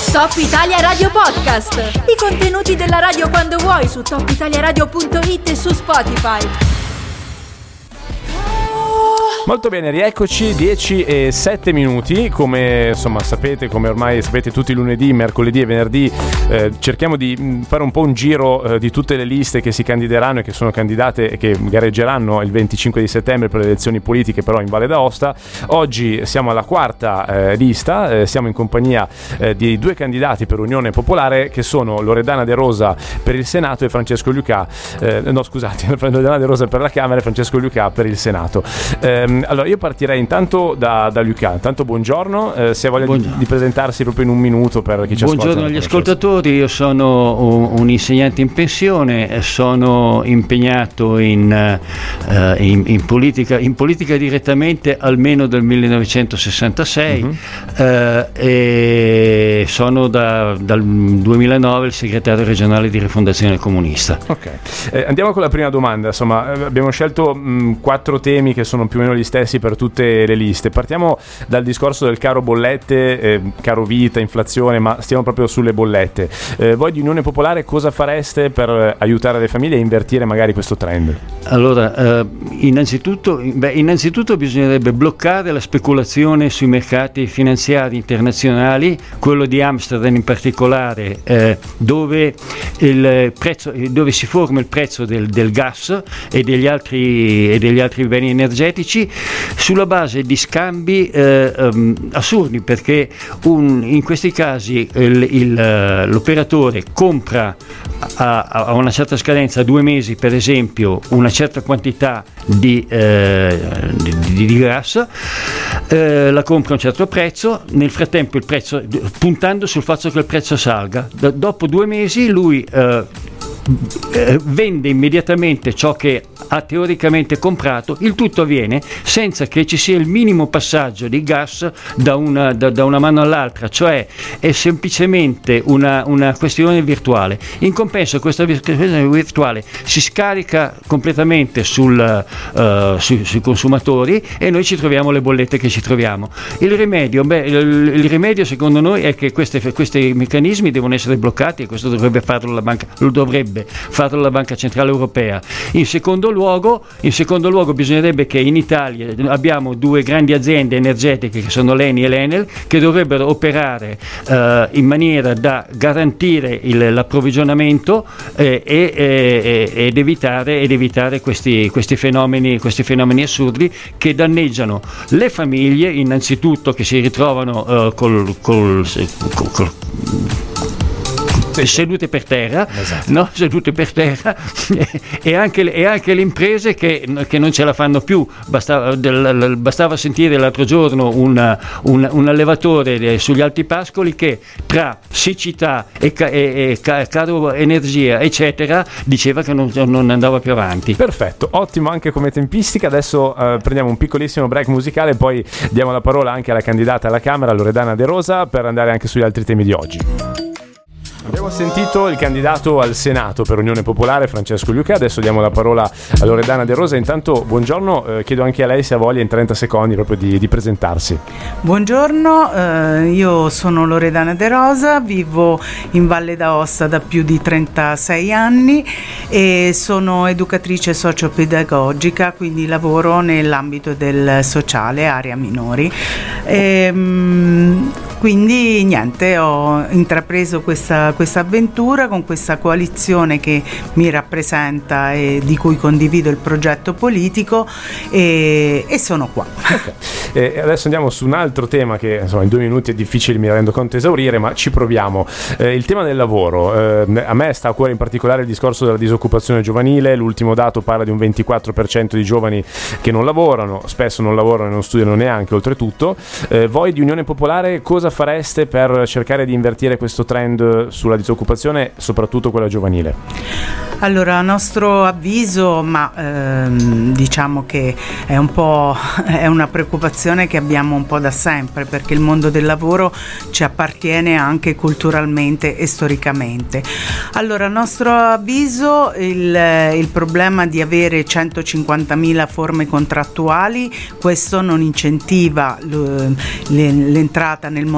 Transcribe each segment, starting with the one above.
Top Italia Radio Podcast. I contenuti della radio quando vuoi su topitaliaradio.it e su Spotify. Molto bene, rieccoci, 10:07, come insomma sapete, come ormai sapete, tutti i lunedì, mercoledì e venerdì cerchiamo di fare un po' un giro di tutte le liste che si candideranno e che sono candidate e che gareggeranno il 25 di settembre per le elezioni politiche, però in Valle d'Aosta. Oggi siamo alla quarta lista, siamo in compagnia di due candidati per Unione Popolare che sono Loredana De Rosa per il Senato e Francesco Liucà, Loredana De Rosa per la Camera e Francesco Liucà per il Senato. Allora io partirei intanto da Liucà. Intanto buongiorno, se ha voglia di presentarsi proprio in un minuto per chi ci ascolta. Buongiorno agli ascoltatori, io sono un insegnante in pensione, sono impegnato in politica direttamente almeno dal 1966 e sono dal 2009 il segretario regionale di Rifondazione Comunista. Ok, andiamo con la prima domanda. Insomma, abbiamo scelto 4 temi che sono più o meno gli stessi per tutte le liste. Partiamo dal discorso del caro bollette, caro vita, inflazione, ma stiamo proprio sulle bollette. Voi di Unione Popolare cosa fareste per aiutare le famiglie a invertire magari questo trend? Allora, innanzitutto bisognerebbe bloccare la speculazione sui mercati finanziari internazionali, quello di Amsterdam in particolare, dove si forma il prezzo del gas e degli altri beni energetici sulla base di scambi assurdi, perché in questi casi l'operatore compra a una certa scadenza, 2 mesi per esempio, una certa quantità di gas, la compra a un certo prezzo, nel frattempo il prezzo, puntando sul fatto che il prezzo salga, dopo 2 mesi lui vende immediatamente ciò che ha teoricamente comprato. Il tutto avviene senza che ci sia il minimo passaggio di gas da una mano all'altra, cioè è semplicemente una questione virtuale. In compenso questa questione virtuale si scarica completamente sui consumatori e noi ci troviamo le bollette che ci troviamo. Il rimedio secondo noi è che questi meccanismi devono essere bloccati, e questo dovrebbe farlo la Banca Centrale Europea. In secondo luogo bisognerebbe che in Italia abbiamo 2 grandi aziende energetiche che sono l'ENI e l'Enel, che dovrebbero operare in maniera da garantire l'approvvigionamento ed evitare questi fenomeni assurdi che danneggiano le famiglie innanzitutto, che si ritrovano sedute per terra, esatto. No? Sedute per terra e anche le imprese che non ce la fanno più. Bastava sentire l'altro giorno un allevatore sugli Alti Pascoli che tra siccità e caro energia eccetera diceva che non andava più avanti. Perfetto, ottimo anche come tempistica. Adesso prendiamo un piccolissimo break musicale e poi diamo la parola anche alla candidata alla Camera, Loredana De Rosa, per andare anche sugli altri temi di oggi. Abbiamo sentito il candidato al Senato per Unione Popolare, Francesco Liucà. Adesso diamo la parola a Loredana De Rosa. Intanto buongiorno, chiedo anche a lei se ha voglia in 30 secondi proprio di presentarsi. Buongiorno, io sono Loredana De Rosa, vivo in Valle d'Aosta da più di 36 anni e sono educatrice sociopedagogica, quindi lavoro nell'ambito del sociale, area minori. Quindi niente, ho intrapreso questa avventura con questa coalizione che mi rappresenta e di cui condivido il progetto politico e sono qua. Okay. Adesso andiamo su un altro tema che insomma in 2 minuti è difficile, mi rendo conto, esaurire, ma ci proviamo. Il tema del lavoro. A me sta a cuore in particolare il discorso della disoccupazione giovanile. L'ultimo dato parla di un 24% di giovani che non lavorano, spesso non lavorano e non studiano neanche oltretutto. Voi di Unione Popolare cosa fareste per cercare di invertire questo trend sulla disoccupazione, soprattutto quella giovanile? Allora, a nostro avviso, diciamo che è una preoccupazione che abbiamo un po' da sempre, perché il mondo del lavoro ci appartiene anche culturalmente e storicamente. Allora, a nostro avviso il problema di avere 150.000 forme contrattuali, questo non incentiva l'entrata nel mondo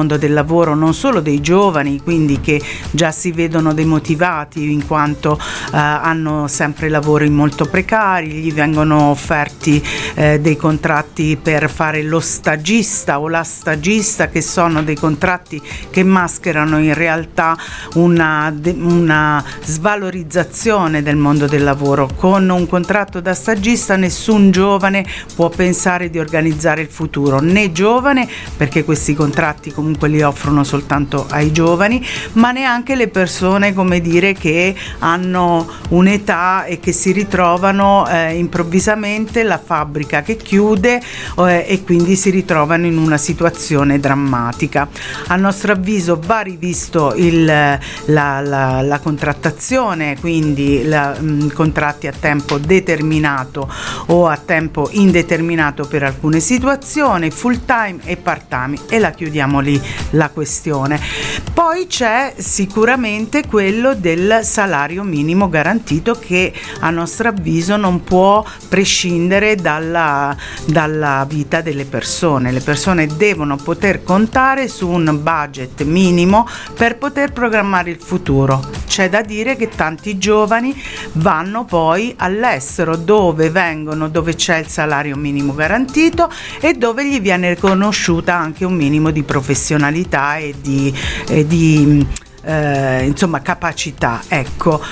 mondo del lavoro, non solo dei giovani, quindi che già si vedono demotivati in quanto hanno sempre lavori molto precari, gli vengono offerti dei contratti per fare lo stagista o la stagista, che sono dei contratti che mascherano in realtà una svalorizzazione del mondo del lavoro. Con un contratto da stagista nessun giovane può pensare di organizzare il futuro, né giovane, perché questi contratti comunque li offrono soltanto ai giovani, ma neanche le persone, come dire, che hanno un'età e che si ritrovano improvvisamente la fabbrica che chiude e quindi si ritrovano in una situazione drammatica. A nostro avviso va rivisto la contrattazione, quindi contratti a tempo determinato o a tempo indeterminato per alcune situazioni, full time e part time, e la chiudiamo lì la questione. Poi c'è sicuramente quello del salario minimo garantito, che a nostro avviso non può prescindere dalla vita delle persone. Le persone devono poter contare su un budget minimo per poter programmare il futuro. C'è da dire che tanti giovani vanno poi all'estero, dove c'è il salario minimo garantito e dove gli viene riconosciuta anche un minimo di professionalità e di insomma capacità. Ecco,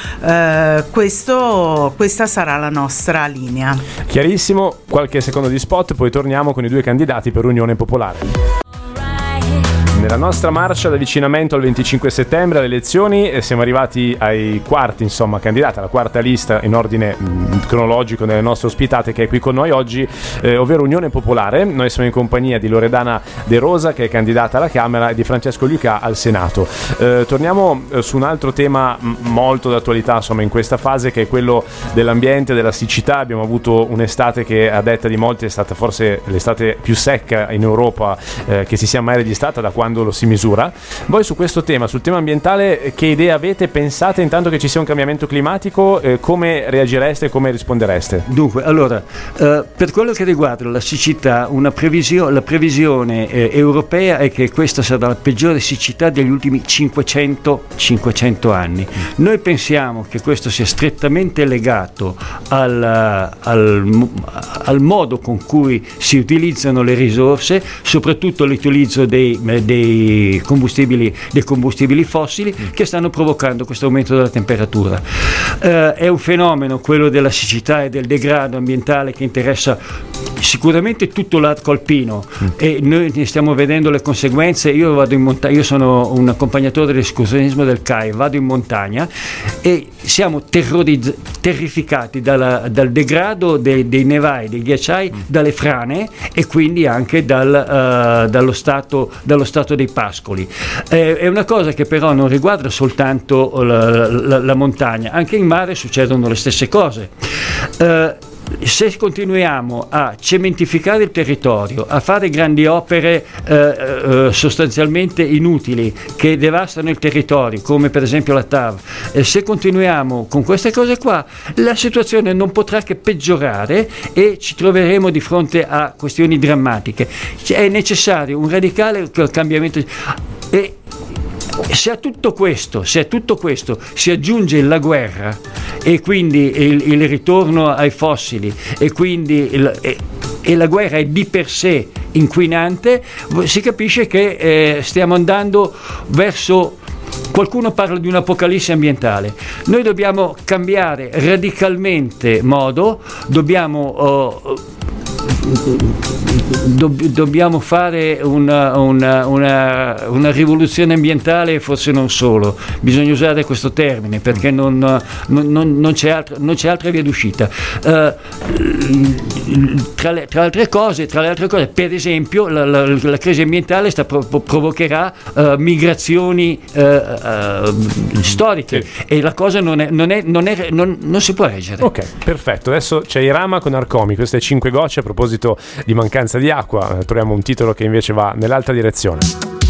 questa sarà la nostra linea. Chiarissimo. Qualche secondo di spot, poi torniamo con i due candidati per Unione Popolare. Nella nostra marcia d'avvicinamento al 25 settembre alle elezioni siamo arrivati ai quarti, candidati alla quarta lista in ordine cronologico delle nostre ospitate, che è qui con noi oggi, ovvero Unione Popolare. Noi siamo in compagnia di Loredana De Rosa, che è candidata alla Camera, e di Francesco Lucà al Senato. Torniamo su un altro tema molto d'attualità in questa fase, che è quello dell'ambiente, della siccità. Abbiamo avuto un'estate che, a detta di molti, è stata forse l'estate più secca in Europa che si sia mai registrata da quando lo si misura. Voi su questo tema, sul tema ambientale, che idea avete? Pensate intanto che ci sia un cambiamento climatico? Come reagireste e come rispondereste? Dunque, allora, per quello che riguarda la siccità, la previsione europea è che questa sarà la peggiore siccità degli ultimi 500 anni. Noi pensiamo che questo sia strettamente legato al modo con cui si utilizzano le risorse, soprattutto l'utilizzo dei combustibili fossili, che stanno provocando questo aumento della temperatura. È un fenomeno, quello della siccità e del degrado ambientale, che interessa sicuramente tutto l'arco alpino, e noi ne stiamo vedendo le conseguenze. Io vado in montagna, io sono un accompagnatore dell'escursionismo del CAI, vado in montagna e siamo terrificati dal degrado dei nevai, dei ghiacciai, dalle frane, e quindi anche dallo stato dei pascoli. È una cosa che però non riguarda soltanto la montagna, anche in mare succedono le stesse cose. Se continuiamo a cementificare il territorio, a fare grandi opere sostanzialmente inutili che devastano il territorio, come per esempio la TAV, se continuiamo con queste cose qua, la situazione non potrà che peggiorare e ci troveremo di fronte a questioni drammatiche. È necessario un radicale cambiamento. E se a tutto questo si aggiunge la guerra, e quindi il ritorno ai fossili, e quindi la guerra è di per sé inquinante, si capisce che stiamo andando verso... Qualcuno parla di un'apocalisse ambientale. Noi dobbiamo cambiare radicalmente modo, dobbiamo fare una rivoluzione ambientale, forse non solo, bisogna usare questo termine perché non c'è altra via d'uscita. Tra le altre cose, per esempio, la crisi ambientale provocherà migrazioni storiche, e la cosa non si può reggere. Ok, perfetto. Adesso c'è Irama con Arcomi, queste 5 gocce. A proposito di mancanza di acqua, troviamo un titolo che invece va nell'altra direzione.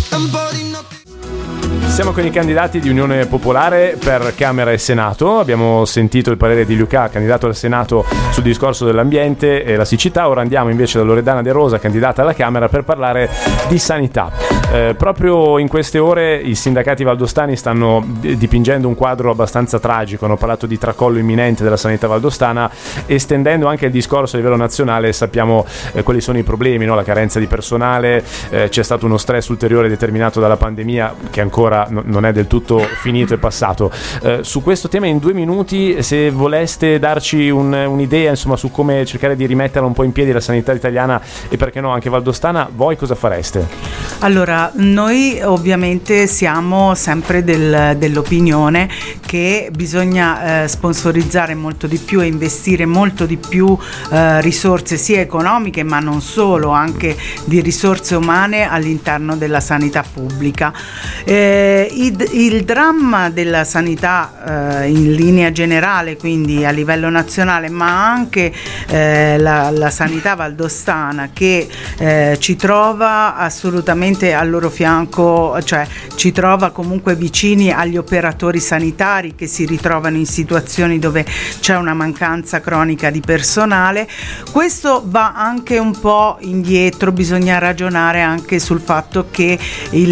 Siamo con i candidati di Unione Popolare per Camera e Senato. Abbiamo sentito il parere di Lucà, candidato al Senato, sul discorso dell'ambiente e la siccità. Ora andiamo invece da Loredana De Rosa, candidata alla Camera, per parlare di sanità. Proprio in queste ore i sindacati valdostani stanno dipingendo un quadro abbastanza tragico, hanno parlato di tracollo imminente della sanità valdostana, estendendo anche il discorso a livello nazionale. Sappiamo quali sono i problemi, no? La carenza di personale, c'è stato uno stress ulteriore determinato dalla pandemia che ancora non è del tutto finito e passato. Su questo tema in 2 minuti, se voleste darci un'idea insomma su come cercare di rimetterla un po' in piedi la sanità italiana e perché no anche valdostana, voi cosa fareste? Allora, noi ovviamente siamo sempre dell'opinione che bisogna sponsorizzare molto di più e investire molto di più risorse sia economiche ma non solo, anche di risorse umane all'interno della sanità pubblica. Il dramma della sanità in linea generale, quindi a livello nazionale, ma anche la sanità valdostana che ci trova assolutamente al loro fianco, cioè ci trova comunque vicini agli operatori sanitari che si ritrovano in situazioni dove c'è una mancanza cronica di personale. Questo va anche un po' indietro, bisogna ragionare anche sul fatto che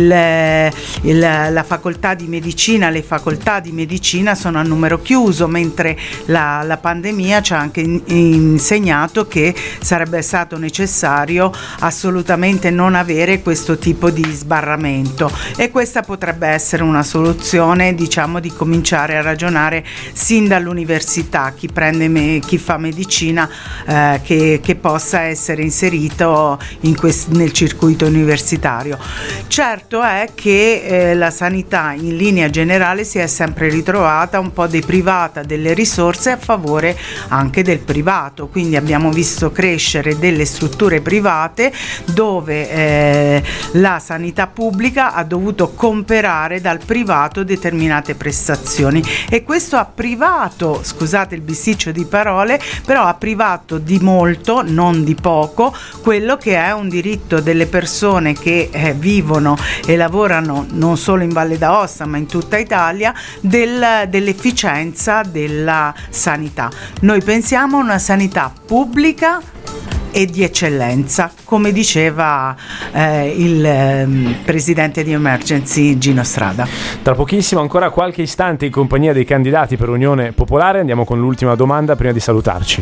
la facoltà di medicina, le facoltà di medicina sono a numero chiuso, mentre la pandemia ci ha anche insegnato che sarebbe stato necessario assolutamente non avere questo tipo di sbarramento, e questa potrebbe essere una soluzione, diciamo, di cominciare a ragionare sin dall'università, chi fa medicina che possa essere inserito nel circuito universitario. Certo è che la sanità in linea generale si è sempre ritrovata un po' deprivata delle risorse a favore anche del privato, quindi abbiamo visto crescere delle strutture private dove la sanità pubblica ha dovuto comprare dal privato determinate prestazioni, e questo ha privato, scusate il bisticcio di parole, però ha privato di molto, non di poco, quello che è un diritto delle persone che vivono e lavorano non solo in Valle d'Aosta ma in tutta Italia, dell'efficienza della sanità. Noi pensiamo a una sanità pubblica e di eccellenza, come diceva il presidente di Emergency Gino Strada. Tra pochissimo, ancora qualche istante in compagnia dei candidati per Unione Popolare, andiamo con l'ultima domanda prima di salutarci.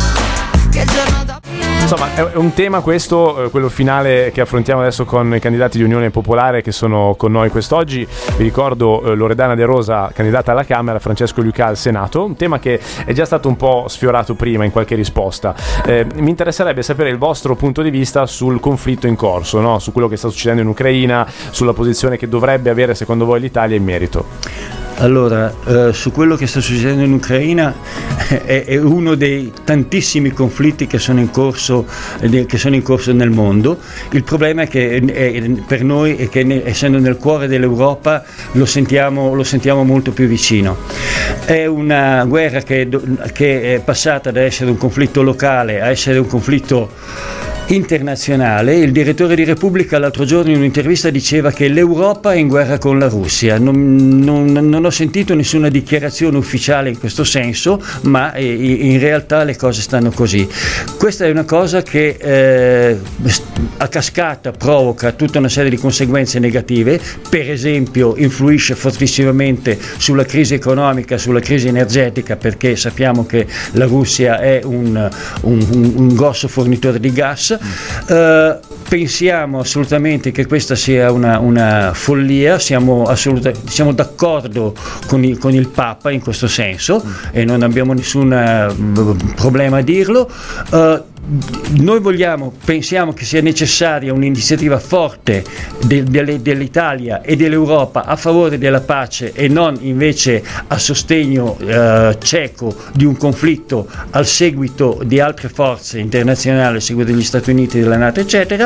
Insomma, è un tema questo, quello finale che affrontiamo adesso con i candidati di Unione Popolare che sono con noi quest'oggi. Vi ricordo Loredana De Rosa, candidata alla Camera, Francesco Lucà al Senato, un tema che è già stato un po' sfiorato prima in qualche risposta. Mi interesserebbe sapere il vostro punto di vista sul conflitto in corso, no? Su quello che sta succedendo in Ucraina, sulla posizione che dovrebbe avere secondo voi l'Italia in merito. Allora, su quello che sta succedendo in Ucraina è uno dei tantissimi conflitti che sono in corso nel mondo. Il problema è che per noi è che essendo nel cuore dell'Europa lo sentiamo molto più vicino. È una guerra che è passata da essere un conflitto locale a essere un conflitto internazionale. Il direttore di Repubblica l'altro giorno in un'intervista diceva che l'Europa è in guerra con la Russia. Non ho sentito nessuna dichiarazione ufficiale in questo senso, ma in realtà le cose stanno così. Questa è una cosa che a cascata provoca tutta una serie di conseguenze negative, per esempio influisce fortissimamente sulla crisi economica, sulla crisi energetica, perché sappiamo che la Russia è un grosso fornitore di gas. Pensiamo assolutamente che questa sia una follia, siamo d'accordo con il Papa in questo senso e non abbiamo nessun problema a dirlo. Noi pensiamo che sia necessaria un'iniziativa forte dell'Italia e dell'Europa a favore della pace e non invece a sostegno cieco di un conflitto al seguito di altre forze internazionali, al seguito degli Stati Uniti, della NATO, eccetera,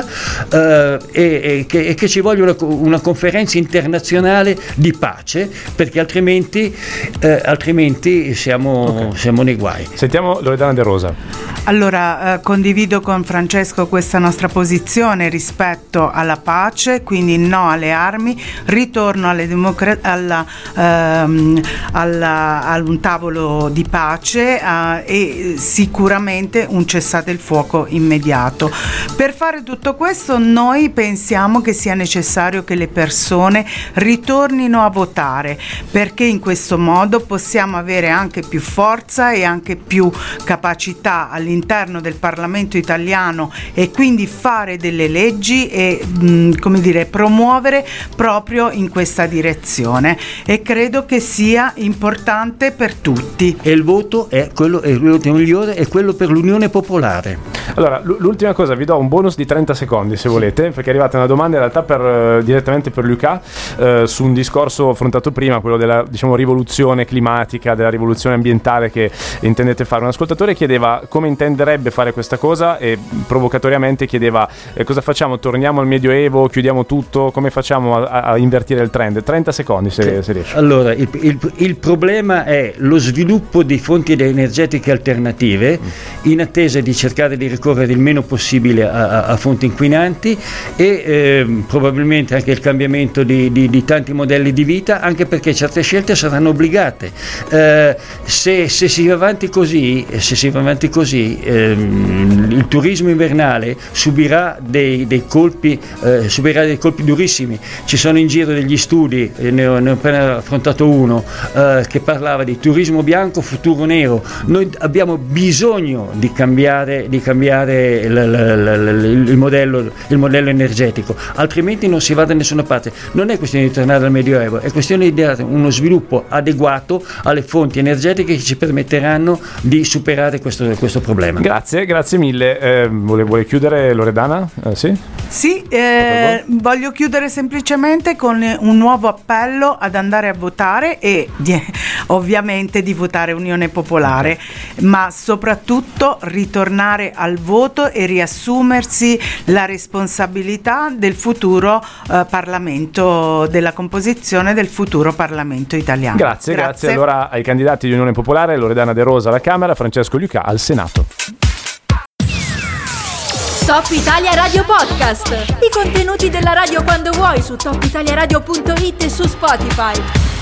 e che ci voglia una conferenza internazionale di pace, perché altrimenti siamo nei guai. Sentiamo Loredana De Rosa. Allora, condivido con Francesco questa nostra posizione rispetto alla pace, quindi no alle armi, ritorno alle a un tavolo di pace e sicuramente un cessate il fuoco immediato. Per fare tutto questo noi pensiamo che sia necessario che le persone ritornino a votare, perché in questo modo possiamo avere anche più forza e anche più capacità all'interno del Parlamento italiano e quindi fare delle leggi e promuovere proprio in questa direzione, e credo che sia importante per tutti. E il voto è quello, il voto migliore è quello per l'Unione Popolare. Allora, l'ultima cosa, vi do un bonus di 30 secondi se volete, perché è arrivata una domanda in realtà direttamente per Luca su un discorso affrontato prima, quello della rivoluzione climatica, della rivoluzione ambientale che intendete fare. Un ascoltatore chiedeva come intenderebbe fare questa cosa e provocatoriamente chiedeva cosa facciamo, torniamo al Medioevo, chiudiamo tutto, come facciamo a invertire il trend? 30 secondi se riesci. Allora, il problema è lo sviluppo di fonti energetiche alternative in attesa di cercare di ricorrere il meno possibile a fonti inquinanti e probabilmente anche il cambiamento di tanti modelli di vita, anche perché certe scelte saranno obbligate. Se si va avanti così, il turismo invernale subirà dei colpi durissimi. Ci sono in giro degli studi, ne ho appena affrontato uno che parlava di turismo bianco, futuro nero. Noi abbiamo bisogno di cambiare il modello energetico, altrimenti non si va da nessuna parte. Non è questione di tornare al Medioevo, è questione di dare uno sviluppo adeguato alle fonti energetiche che ci permetteranno di superare questo problema. Grazie mille. Vuole chiudere Loredana? Sì, voglio chiudere semplicemente con un nuovo appello ad andare a votare e ovviamente di votare Unione Popolare, ma soprattutto ritornare al voto e riassumersi la responsabilità del futuro Parlamento, della composizione del futuro Parlamento italiano. Grazie. Allora ai candidati di Unione Popolare, Loredana De Rosa alla Camera, Francesco Lucà al Senato. Top Italia Radio Podcast. I contenuti della radio quando vuoi su topitaliaradio.it e su Spotify.